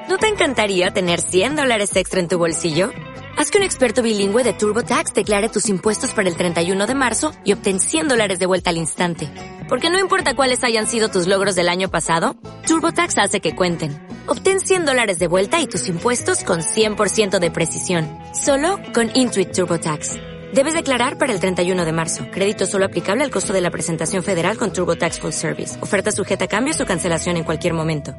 ¿No te encantaría tener $100 extra en tu bolsillo? Haz que un experto bilingüe de TurboTax declare tus impuestos para el 31 de marzo y obtén $100 de vuelta al instante. Porque no importa cuáles hayan sido tus logros del año pasado, TurboTax hace que cuenten. Obtén $100 de vuelta y tus impuestos con 100% de precisión. Solo con Intuit TurboTax. Debes declarar para el 31 de marzo. Crédito solo aplicable al costo de la presentación federal con TurboTax Full Service. Oferta sujeta a cambios o cancelación en cualquier momento.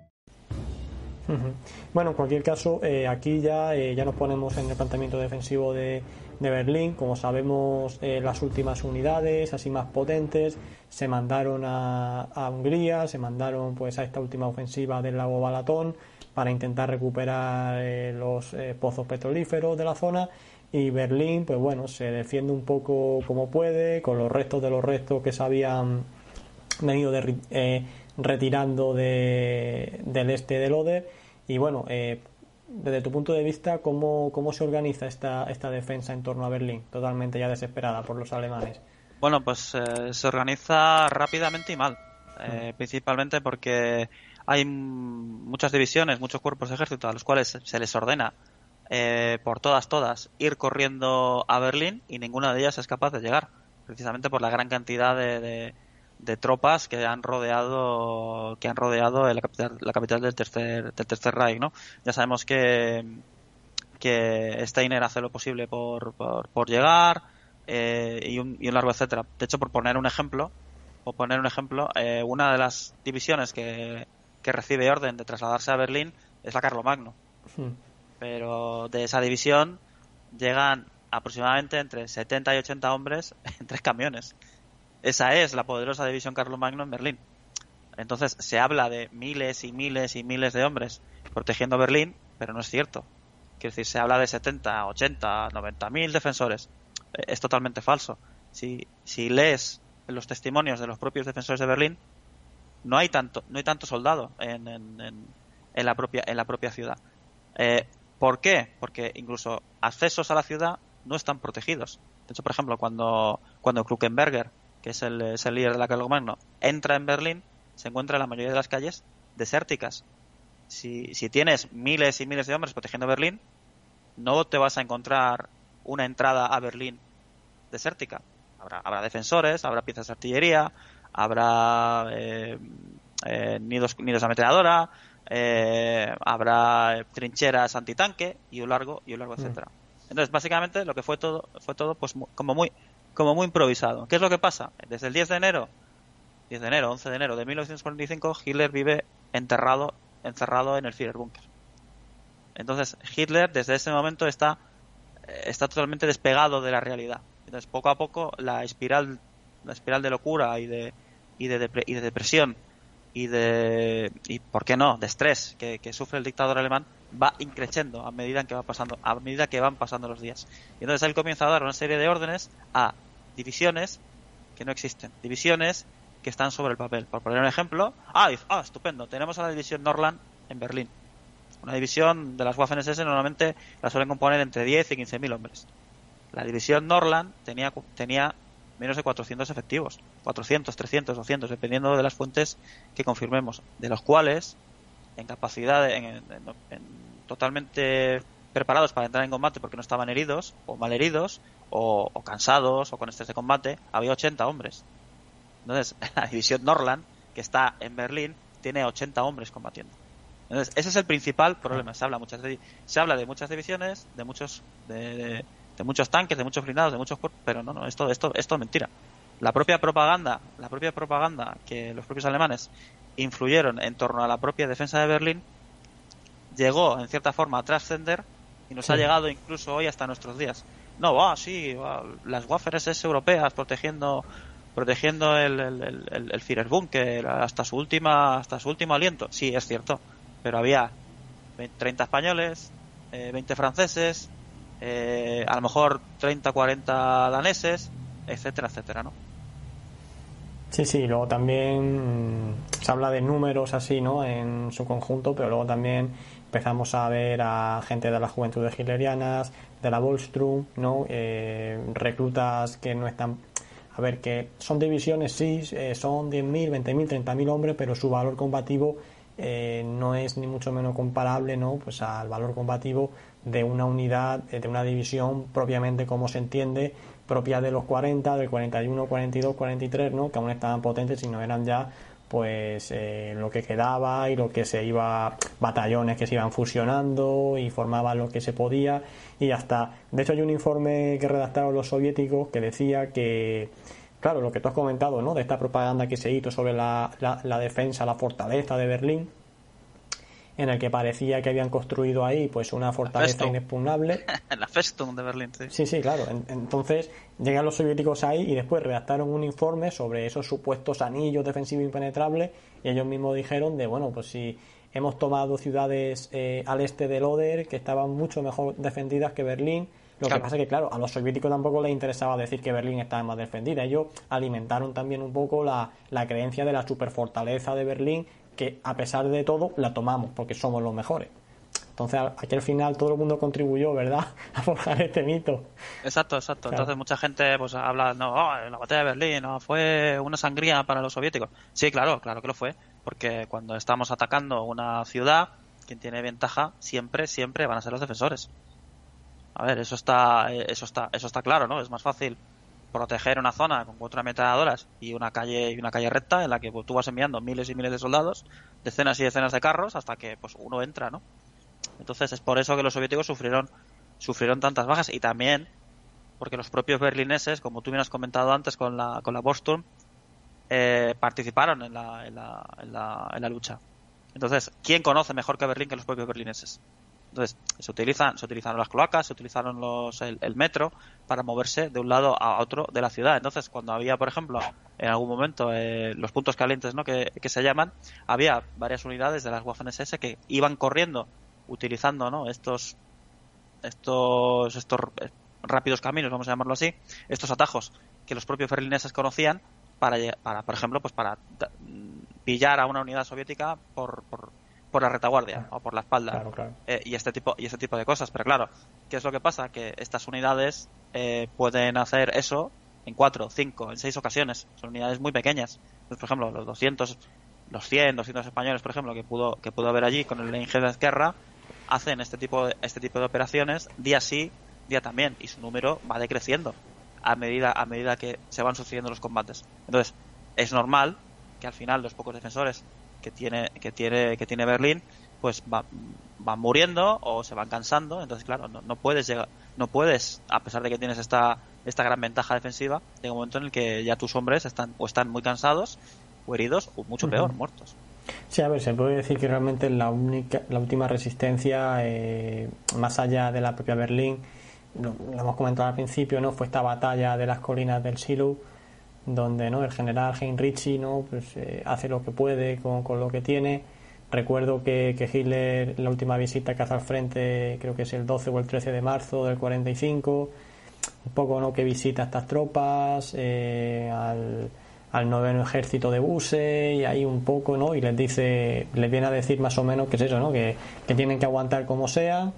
Bueno, en cualquier caso, aquí ya nos ponemos en el planteamiento defensivo de Berlín. Como sabemos, las últimas unidades así más potentes se mandaron a Hungría, se mandaron pues a esta última ofensiva del lago Balatón para intentar recuperar los pozos petrolíferos de la zona. Y Berlín, pues bueno, se defiende un poco como puede, con los restos de los restos que se habían venido retirando del este del Oder. Y bueno, desde tu punto de vista, ¿cómo se organiza esta defensa en torno a Berlín, totalmente ya desesperada por los alemanes? Bueno, pues se organiza rápidamente y mal, principalmente porque hay muchas divisiones, muchos cuerpos de ejército a los cuales se les ordena por todas ir corriendo a Berlín y ninguna de ellas es capaz de llegar, precisamente por la gran cantidad de tropas que han rodeado la capital del tercer Reich, ¿no? Ya sabemos que Steiner hace lo posible por llegar y un largo etcétera. De hecho, por poner un ejemplo, una de las divisiones que recibe orden de trasladarse a Berlín es la Carlomagno. Pero de esa división llegan aproximadamente entre 70 y 80 hombres en 3 camiones. Esa es la poderosa división Carlomagno en Berlín. Entonces se habla de miles y miles y miles de hombres protegiendo Berlín, pero no es cierto. Quiero decir, se habla de 70, 80, 90.000 defensores. Es totalmente falso. Si lees los testimonios de los propios defensores de Berlín, no hay tanto soldado en la propia ciudad. ¿Por qué? Porque incluso accesos a la ciudad no están protegidos. De hecho, por ejemplo, cuando Kluckenberger, que es el líder de la Carlomagno, entra en Berlín, se encuentra la mayoría de las calles desérticas. Si tienes miles y miles de hombres protegiendo Berlín, no te vas a encontrar una entrada a Berlín desértica. Habrá defensores, habrá piezas de artillería, habrá nidos de ametralladora, habrá trincheras antitanque y un largo etcétera. Entonces, básicamente, lo que fue todo pues como muy improvisado. ¿Qué es lo que pasa? Desde el 11 de enero de 1945, Hitler vive encerrado en el Führerbunker. Entonces, Hitler desde ese momento está totalmente despegado de la realidad. Entonces, poco a poco, la espiral de locura y de depresión y por qué no, de estrés que sufre el dictador alemán va increciendo a medida que van pasando los días. Y entonces él comienza a dar una serie de órdenes a divisiones que no existen, divisiones que están sobre el papel. Por poner un ejemplo, estupendo, tenemos a la división Nordland en Berlín. Una división de las Waffen-SS normalmente la suelen componer entre 10 y 15.000 hombres. La división Nordland tenía menos de 400 efectivos, 400, 300, 200, dependiendo de las fuentes que confirmemos, de los cuales en capacidad totalmente preparados para entrar en combate porque no estaban heridos o mal heridos o cansados o con estrés de combate, había 80 hombres. Entonces, la división Nordland, que está en Berlín, tiene 80 hombres combatiendo. Entonces, ese es el principal problema. Se habla de muchas divisiones, de muchos tanques, de muchos blindados, de muchos cuerpos, pero no, esto es mentira. La propia propaganda que los propios alemanes influyeron en torno a la propia defensa de Berlín llegó en cierta forma a trascender y nos ha llegado incluso hoy hasta nuestros días. Las Waffen-SS europeas protegiendo el Führerbunker hasta su último aliento. Sí, es cierto, pero había 30 españoles, 20 franceses, a lo mejor 30, 40 daneses, etcétera, ¿no? Sí, luego también se habla de números así, ¿no?, en su conjunto, pero luego también empezamos a ver a gente de las juventudes hitlerianas, de la Volkssturm, ¿no?, reclutas que no están... A ver, que son divisiones, sí, son 10.000, 20.000, 30.000 hombres, pero su valor combativo no es ni mucho menos comparable, ¿no?, pues al valor combativo de una unidad, de una división propiamente como se entiende, propia de los 40, del 41, 42, 43, ¿no?, que aún estaban potentes, sino eran ya pues lo que quedaba y lo que se iba, batallones que se iban fusionando y formaban lo que se podía y ya está. De hecho hay un informe que redactaron los soviéticos que decía que, claro, lo que tú has comentado, ¿no?, de esta propaganda que se hizo sobre la defensa, la fortaleza de Berlín, en el que parecía que habían construido ahí pues una fortaleza inexpugnable. La Festung de Berlín, sí. Sí, claro. Entonces llegan los soviéticos ahí y después redactaron un informe sobre esos supuestos anillos defensivos impenetrables y ellos mismos dijeron de, bueno, pues si hemos tomado ciudades al este del Oder que estaban mucho mejor defendidas que Berlín. Lo que pasa es que, claro, a los soviéticos tampoco les interesaba decir que Berlín estaba más defendida. Ellos alimentaron también un poco la creencia de la superfortaleza de Berlín, que a pesar de todo la tomamos porque somos los mejores. Entonces aquí al final todo el mundo contribuyó, ¿verdad?, a forjar este mito. Exacto. Claro. Entonces mucha gente pues habla, la batalla de Berlín fue una sangría para los soviéticos. Sí, claro que lo fue, porque cuando estamos atacando una ciudad, quien tiene ventaja siempre van a ser los defensores. A ver, eso está claro, ¿no? Es más fácil proteger una zona con 4 ametralladoras y una calle recta en la que pues, tú vas enviando miles y miles de soldados, decenas y decenas de carros hasta que pues uno entra, ¿no? Entonces es por eso que los soviéticos sufrieron tantas bajas y también porque los propios berlineses, como tú bien has comentado antes con la Volkssturm, participaron en la lucha. Entonces, ¿quién conoce mejor que Berlín que los propios berlineses? Entonces, se utilizaron las cloacas, se utilizaron el metro para moverse de un lado a otro de la ciudad. Entonces, cuando había, por ejemplo, en algún momento los puntos calientes, ¿no?, que se llaman, había varias unidades de las Waffen-SS que iban corriendo utilizando, ¿no?, estos rápidos caminos, vamos a llamarlo así, estos atajos que los propios berlineses conocían para por ejemplo, pues para pillar a una unidad soviética por la retaguardia o por la espalda. Claro. Y este tipo de cosas. Pero claro, ¿qué es lo que pasa? Que estas unidades pueden hacer eso en 4, 5, en 6 ocasiones. Son unidades muy pequeñas. Pues, por ejemplo, los 200, los 100, 200 españoles, por ejemplo, que pudo haber allí con el Ingenio de Guerra, hacen este tipo de operaciones día sí, día también, y su número va decreciendo a medida que se van sucediendo los combates. Entonces, es normal que al final los pocos defensores que tiene Berlín pues van muriendo o se van cansando. Entonces, claro, no puedes, a pesar de que tienes esta gran ventaja defensiva, llega un momento en el que ya tus hombres están muy cansados o heridos o mucho peor, muertos. Sí, a ver, se puede decir que realmente la última resistencia, más allá de la propia Berlín, lo hemos comentado al principio, ¿no?, fue esta batalla de las colinas del Silo, donde, ¿no?, el general Heinrichi, ¿no?, pues hace lo que puede con lo que tiene. Recuerdo que Hitler, la última visita que hace al frente, creo que es el 12 o el 13 de marzo del 45, un poco, ¿no?, que visita estas tropas al noveno ejército de Busse y ahí un poco, ¿no?, y les viene a decir más o menos que es eso, ¿no?, que tienen que aguantar como sea,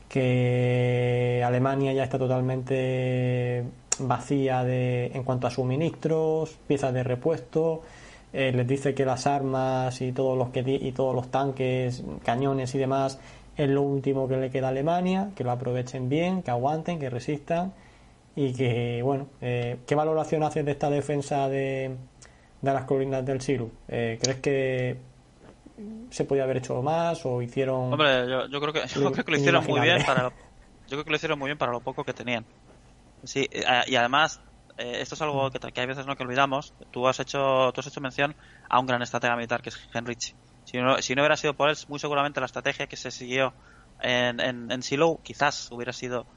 que Alemania ya está totalmente vacía en cuanto a suministros, piezas de repuesto. Les dice que las armas y todos los tanques, cañones y demás es lo último que le queda a Alemania, que lo aprovechen bien, que aguanten, que resistan y que, bueno, ¿qué valoración haces de esta defensa de las colinas del Siru? ¿Crees que se podía haber hecho más o hicieron? Hombre, yo creo que lo hicieron muy bien para lo poco que tenían. Sí, y además esto es algo que hay veces no que olvidamos. Tú has hecho mención a un gran estratega militar que es Heinrich. Si no hubiera sido por él, muy seguramente la estrategia que se siguió en Shiloh quizás hubiera sido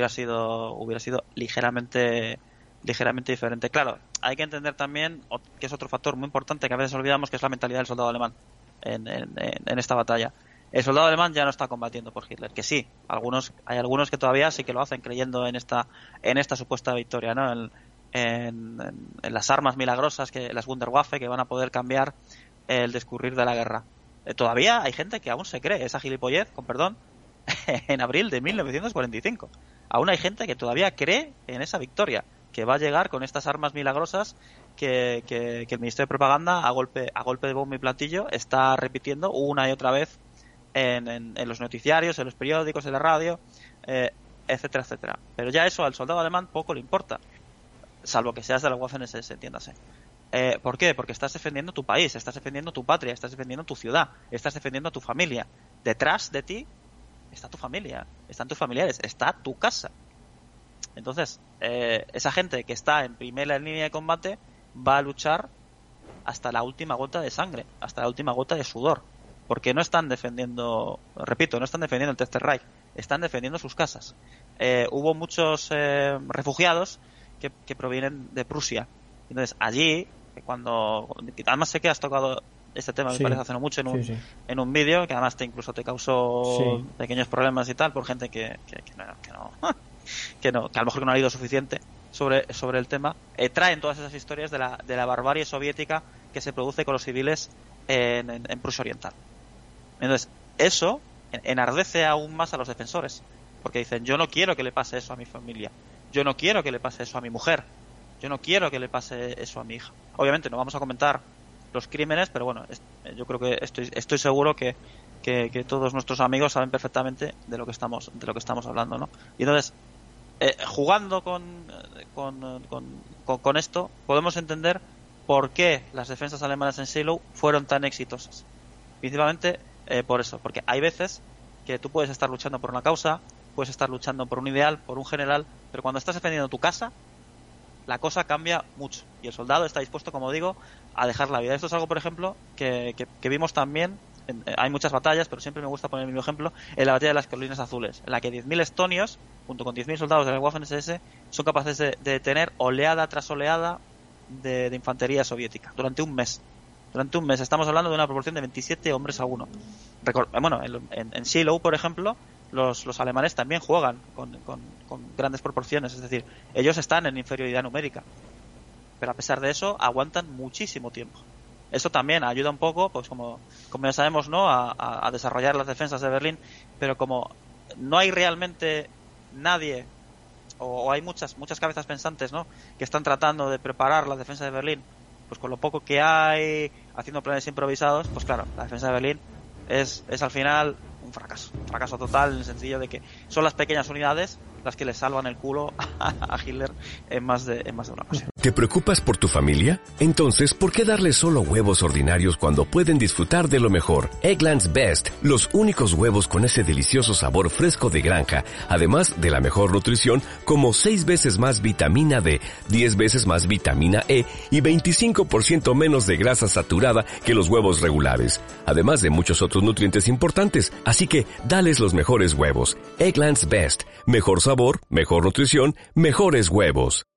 ligeramente diferente. Claro, hay que entender también que es otro factor muy importante que a veces olvidamos, que es la mentalidad del soldado alemán en esta batalla. El soldado alemán ya no está combatiendo por Hitler, que sí, hay algunos que todavía sí que lo hacen creyendo en esta supuesta victoria, ¿no? En las armas milagrosas, las Wunderwaffe, que van a poder cambiar el discurrir de la guerra. Todavía hay gente que aún se cree esa gilipollez, con perdón, en abril de 1945. Aún hay gente que todavía cree en esa victoria, que va a llegar con estas armas milagrosas que el Ministerio de Propaganda, a golpe de bombo y platillo, está repitiendo una y otra vez en los noticiarios, en los periódicos, en la radio, etcétera, etcétera. Pero ya eso al soldado alemán poco le importa, salvo que seas de la Waffen-SS, entiéndase. ¿Por qué? Porque estás defendiendo tu país, estás defendiendo tu patria, estás defendiendo tu ciudad, estás defendiendo a tu familia. Detrás de ti está tu familia, están tus familiares, está tu casa. Entonces, esa gente que está en primera línea de combate va a luchar hasta la última gota de sangre, hasta la última gota de sudor, porque no están defendiendo, repito, no están defendiendo el Tercer Reich, están defendiendo sus casas. Hubo muchos refugiados que provienen de Prusia. Entonces, allí, además sé que has tocado este tema, me parece hace no mucho en un vídeo, que además incluso te causó pequeños problemas y tal, por gente que a lo mejor no ha leído suficiente sobre el tema. Traen todas esas historias de la barbarie soviética que se produce con los civiles en Prusia Oriental. Entonces, eso enardece aún más a los defensores, porque dicen, yo no quiero que le pase eso a mi familia, yo no quiero que le pase eso a mi mujer, yo no quiero que le pase eso a mi hija. Obviamente no vamos a comentar los crímenes, pero bueno, yo creo que estoy seguro que todos nuestros amigos saben perfectamente de lo que estamos hablando, ¿no? Y entonces, jugando con esto, podemos entender por qué las defensas alemanas en Shiloh fueron tan exitosas. Principalmente por eso, porque hay veces que tú puedes estar luchando por una causa, puedes estar luchando por un ideal, por un general, pero cuando estás defendiendo tu casa, la cosa cambia mucho y el soldado está dispuesto, como digo, a dejar la vida. Esto es algo, por ejemplo, que vimos también, hay muchas batallas, pero siempre me gusta poner el mismo ejemplo, en la batalla de las Colinas Azules, en la que 10.000 estonios, junto con 10.000 soldados de la Waffen-SS, son capaces de detener oleada tras oleada de infantería soviética durante un mes. Durante un mes estamos hablando de una proporción de 27 hombres a uno. Bueno, en Shiloh, por ejemplo, los alemanes también juegan con grandes proporciones, es decir, ellos están en inferioridad numérica, pero a pesar de eso aguantan muchísimo tiempo. Eso también ayuda un poco, pues como ya sabemos, ¿no?, a desarrollar las defensas de Berlín, pero como no hay realmente nadie, o hay muchas cabezas pensantes, ¿no?, que están tratando de preparar la defensa de Berlín, pues con lo poco que hay, haciendo planes improvisados, pues claro, la defensa de Berlín es al final un fracaso total, en el sentido de que son las pequeñas unidades las que le salvan el culo a Hitler en más de una ocasión. ¿Te preocupas por tu familia? Entonces, ¿por qué darles solo huevos ordinarios cuando pueden disfrutar de lo mejor? Eggland's Best, los únicos huevos con ese delicioso sabor fresco de granja, además de la mejor nutrición, como 6 veces más vitamina D, 10 veces más vitamina E y 25% menos de grasa saturada que los huevos regulares, además de muchos otros nutrientes importantes. Así que, dales los mejores huevos. Eggland's Best, mejor sabor, mejor nutrición, mejores huevos.